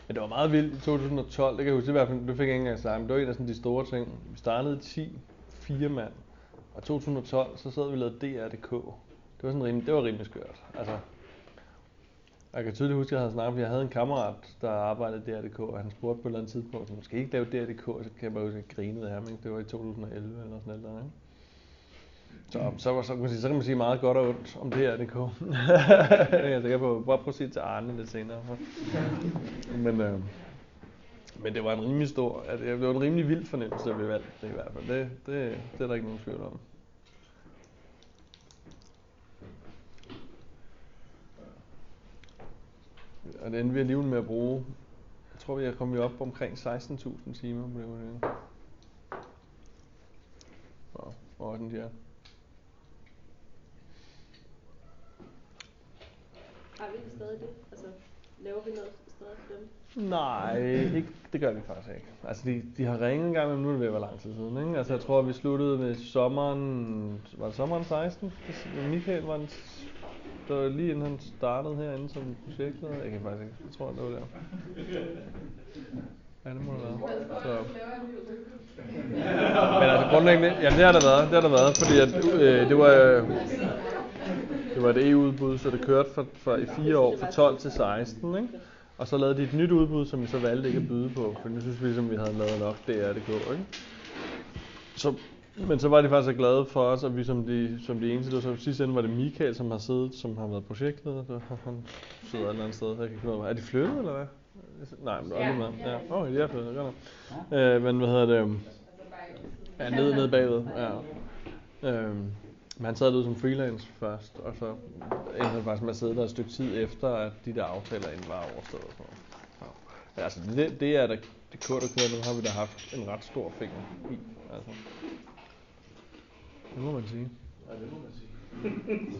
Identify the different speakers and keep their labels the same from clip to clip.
Speaker 1: Men det var meget vildt i 2012, det kan jeg huske, i hvert fald, det fik jeg ikke engang sagt, men det var en af sådan de store ting. Vi startede 4 mand, og i 2012, så sad vi og lavede DR.dk. Det var rimelig skørt. Altså, jeg kan tydeligt huske, at jeg havde snakket, fordi jeg havde en kammerat, der arbejdede i DR.dk, og han spurgte på et eller andet tidspunkt, så skal I ikke lave DR.dk? Så kan jeg bare huske, at jeg grinede af ham, ikke? Det var i 2011 eller sådan noget, ikke? Så kan man sige meget godt og ondt om DR.dk. Det er jeg sikker på. Bare prøv at sige til Arne lidt senere. Men det var en rimelig stor, det var en rimelig vild fornemmelse at blive valgt, det i hvert fald. Det er der ikke nogen tvivl om. Og det endte vi alligevel med at bruge, jeg tror vi er kommet op omkring 16.000 timer på det her. Og sådan der.
Speaker 2: Har vi stadig det? Altså, laver vi noget stadig for dem?
Speaker 1: Nej, det gør vi faktisk ikke. Altså de har ringet en gang, men nu er det ved at være lang tid siden, ikke? Altså jeg tror, vi sluttede med sommeren, var det sommeren 16? Michael var den, det var lige inden han startede herinde som projektleder. Jeg kan faktisk ikke, jeg tror det var der. Ja, det må det være. Så. Men altså grundlæggende, ja det har der været, fordi at, det var et EU-udbud, så det kørte i 4 år, fra 12 til 16, ikke? Og så lavede de et nyt udbud, som vi så valgte ikke at byde på, for nu synes vi ligesom, vi havde lavet nok DR.dk, ikke? Men så var de faktisk så glade for os, og vi som de eneste, så sidste ende var det Michael, som har været projektleder, så han sidder et eller andet sted, jeg kan ikke finde ud af, er de flyttet eller hvad? Nej, men det er aldrig med. Ja, de er flyttet, godt nok. Men hvad hedder det? Ja, nede bagved, ja. Men han sad derude som freelance først, og så endte han faktisk med at sidde der et stykke tid efter, at de der aftaler inden var overstået. Ja. Men altså, det er der kører nu, har vi da haft en ret stor finger i. Altså. Det må man sige.
Speaker 3: Ja, det må man sige.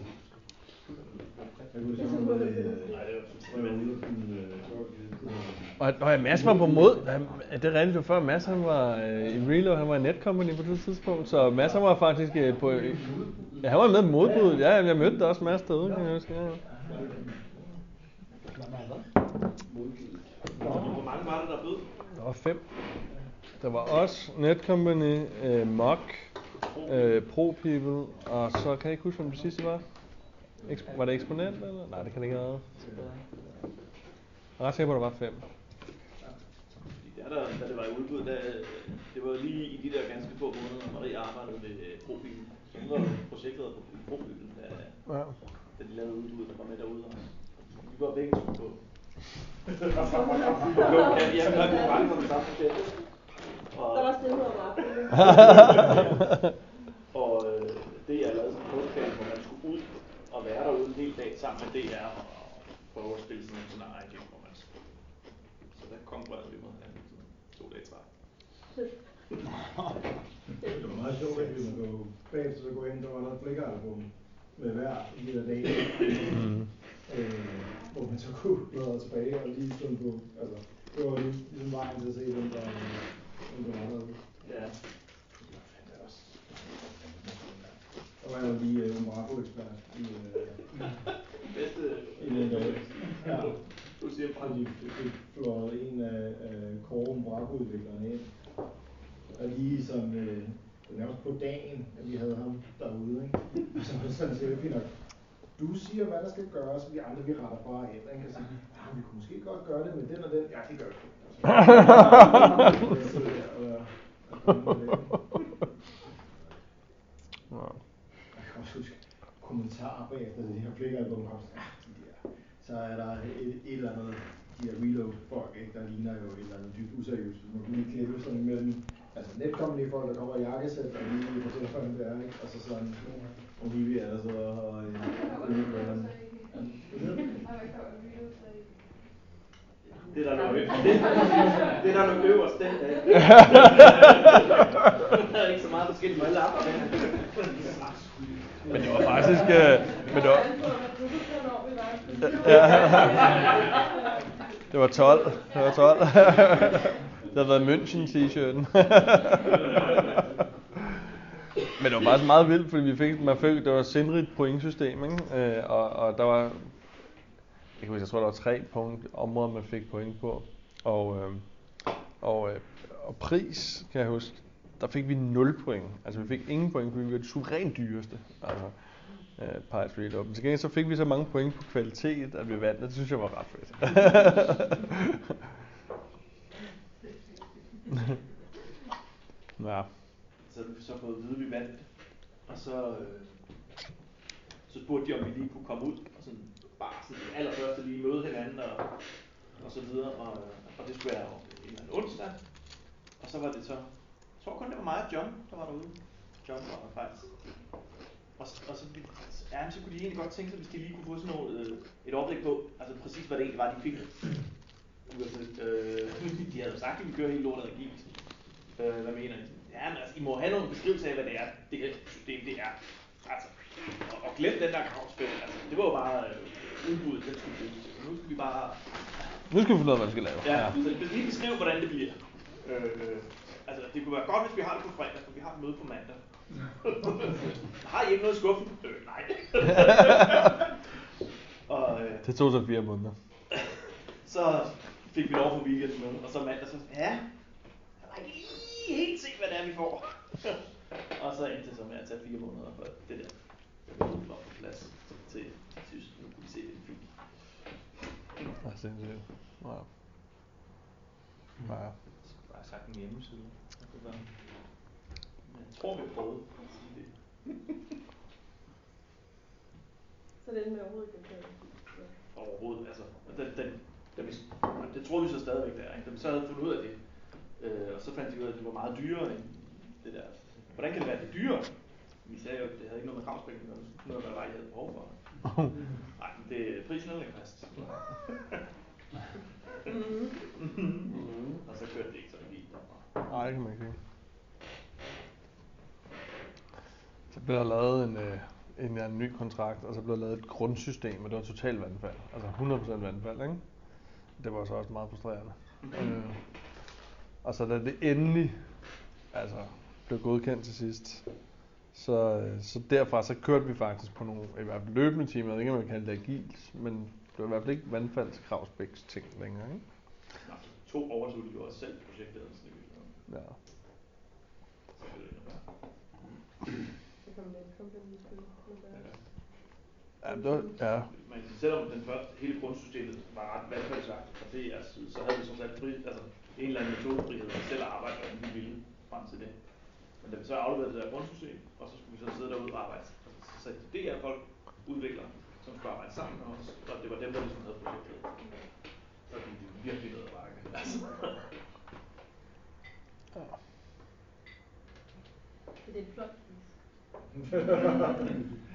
Speaker 1: Og Mads var på mod. Det er rigtigt, før Mads han var i Reload, han var i Netcompany på det tidspunkt, så Mads han var faktisk på. Ja, han var med på modbuddet. Ja, jeg mødte da også Mads derude, kan jeg huske. Ja.
Speaker 3: Hvor mange var det, der bød?
Speaker 1: Der var 5. Der var os, Netcompany, Mock, ProPeople, og så kan jeg ikke huske, hvem det sidste var. Var det Eksponent eller? Nej, det kan det ikke have været. Jeg er ret sikker på, at der var 5.
Speaker 3: Da det var i udbud, det var lige i de der ganske få måneder, Marie arbejdede med ProPeople. Så hun var projektleder på ProPeople, da de lavede udbud, der var med derude også. Vi var begge to på. Jeg har konkurrence om det samme projekt.
Speaker 2: Der var stille om aftenen.
Speaker 3: Og det er lavet som podcast, hvor man skulle ud og være derude en hel dag sammen med DR og prøve at spille sådan en scenarie igen, hvor man skulle. Så der konkurrerede vi mod hinanden 2 dage træk.
Speaker 4: Det var meget sjovt, at vi måtte gå bagefter, så gå ind, der var noget flikkeralbum med hver lille dag, hvor man så kunne bladre tilbage og lige stå på, altså det var ligesom vejen til at se, hvem der var derude.
Speaker 3: Ja.
Speaker 4: Der var jo lige en Bravo-ekspert i den dag. Ja.
Speaker 3: Du siger
Speaker 4: Og de fik flået en af Kåre Bravo-udviklerne ind. Og lige som nærmest på dagen, at vi havde ham derude, ikke? Og så var det sådan set fint nok. Du siger, hvad der skal gøres, vi andre vi retter bare ind, ikke? Og så vi kunne måske godt gøre det med den og den. Ja, det gør vi. Jeg kan også huske kommentarer bagefter det her flikkeralbum. Så er der et eller andet, de her Reload-folk, ikke, der ligner jo et eller andet dybt useriøst. Man kan lige klippe sådan mellem, altså Netcompany-folk, der kommer i jakkesæt, og lige fortæller for, hvem det er, ikke? Og så sådan Olivia, der sidder og
Speaker 3: det er der nok øverst den dag. Der er ikke så meget forskelligt med alle andre.
Speaker 1: Men det var faktisk... Det var 12. Det var 12. Det havde været München t-shirten. Men det var faktisk meget vildt, fordi det var et sindrigt pointsystem, ikke? Og der var... Jeg tror, der var 3 områder, man fik point på. Og pris, kan jeg huske, der fik vi 0 point. Altså vi fik ingen point, fordi vi var det suverænt dyreste. Altså, Pirates Reload. Men til gengæld så fik vi så mange point på kvalitet, at vi vandt, og det synes jeg var ret fedt. Ja.
Speaker 3: Så havde vi så fået at vide, at vi vandt. Og så spurgte de, om vi lige kunne komme ud og sådan, bare sådan det allerførste lige møde hinanden og så videre. Og det skulle være en eller anden onsdag. Og så var det så, jeg tror kun det var mig og John, der var derude. John var faktisk. Og så kunne de egentlig godt tænke sig, hvis de lige kunne få sådan noget, et overblik på, altså præcis hvad det egentlig var, de fik. De havde jo sagt, at vi kører helt lortet agilt. Hvad mener I? Ja, men altså, I må have nogle beskrivelser af, hvad det er, det her system det er. Altså, og glem den der kravspil. Altså, det var jo bare udbuddet, den skulle bruges til. Så nu skal vi bare...
Speaker 1: Nu skal vi finde ud af, hvad vi skal lave.
Speaker 3: Ja, så hvis vi beskriver, hvordan det bliver. Altså, det kunne være godt, hvis vi har det på fredag, for vi har et møde på mandag. Har I ikke noget i skuffen? Nej.
Speaker 1: Det tog så 4 måneder.
Speaker 3: Så fik vi lov for weekenden med, og så mandag så, ja, jeg var ikke lige helt set, hvad det er, vi får. Og så endte det så med at tage 4 måneder for det der. Det var på plads til tysk. Nu kunne vi se, det fik.
Speaker 1: Ja, sindssygt. Wow. Ja.
Speaker 3: Jeg skulle bare have sagt en hjemmeside. Jeg tror, vi prøvede at sige det.
Speaker 2: Så det med overhovedet ikke kan.
Speaker 3: Overhovedet, altså. Det tror vi så stadigvæk der, ikke? Da vi så havde fundet ud af det, og så fandt de ud af, at det var meget dyrere end det der. Hvordan kan det være, det dyrere? Vi sagde jo, at det havde ikke noget med kravspring, men noget, hvad var, I havde behov for. Nej, men det prisen er ikke fast. Og så kørte det ikke så vildt derfra.
Speaker 1: Nej, det kan man ikke sige. Så blev der lavet en ny kontrakt, og så blev der lavet et grundsystem, og det var totalt vandfald. Altså 100% vandfald, ikke? Det var så også meget frustrerende. Og så da det endelig blev godkendt til sidst, så derfra så kørte vi faktisk på nogle i hvert fald løbende timer. Jeg ved ikke, om man kan kalde det agilt, men det var i hvert fald ikke vandfaldskravsbæks ting længere, ikke?
Speaker 3: Nej, 2 overtog de jo også selv projektet.
Speaker 1: Ja.
Speaker 2: Så kom det et company-spil.
Speaker 1: Ja, det var, ja.
Speaker 3: Men selvom den første, hele grundsystemet var ret vandfaldsagtigt fra DR's side, så havde vi som sagt en eller anden metodefrihed til selv at arbejde, hvordan vi ville frem til det. Men da vi så afleverede det der grundsystem, og så skulle vi så sidde derude og arbejde, så satte de DR-folk, udviklere, som skulle arbejde sammen med os, og det var dem, der ligesom havde projektet. Så gik det virkelig ned ad bakke. Altså.
Speaker 2: Ja. Det er et flot piece.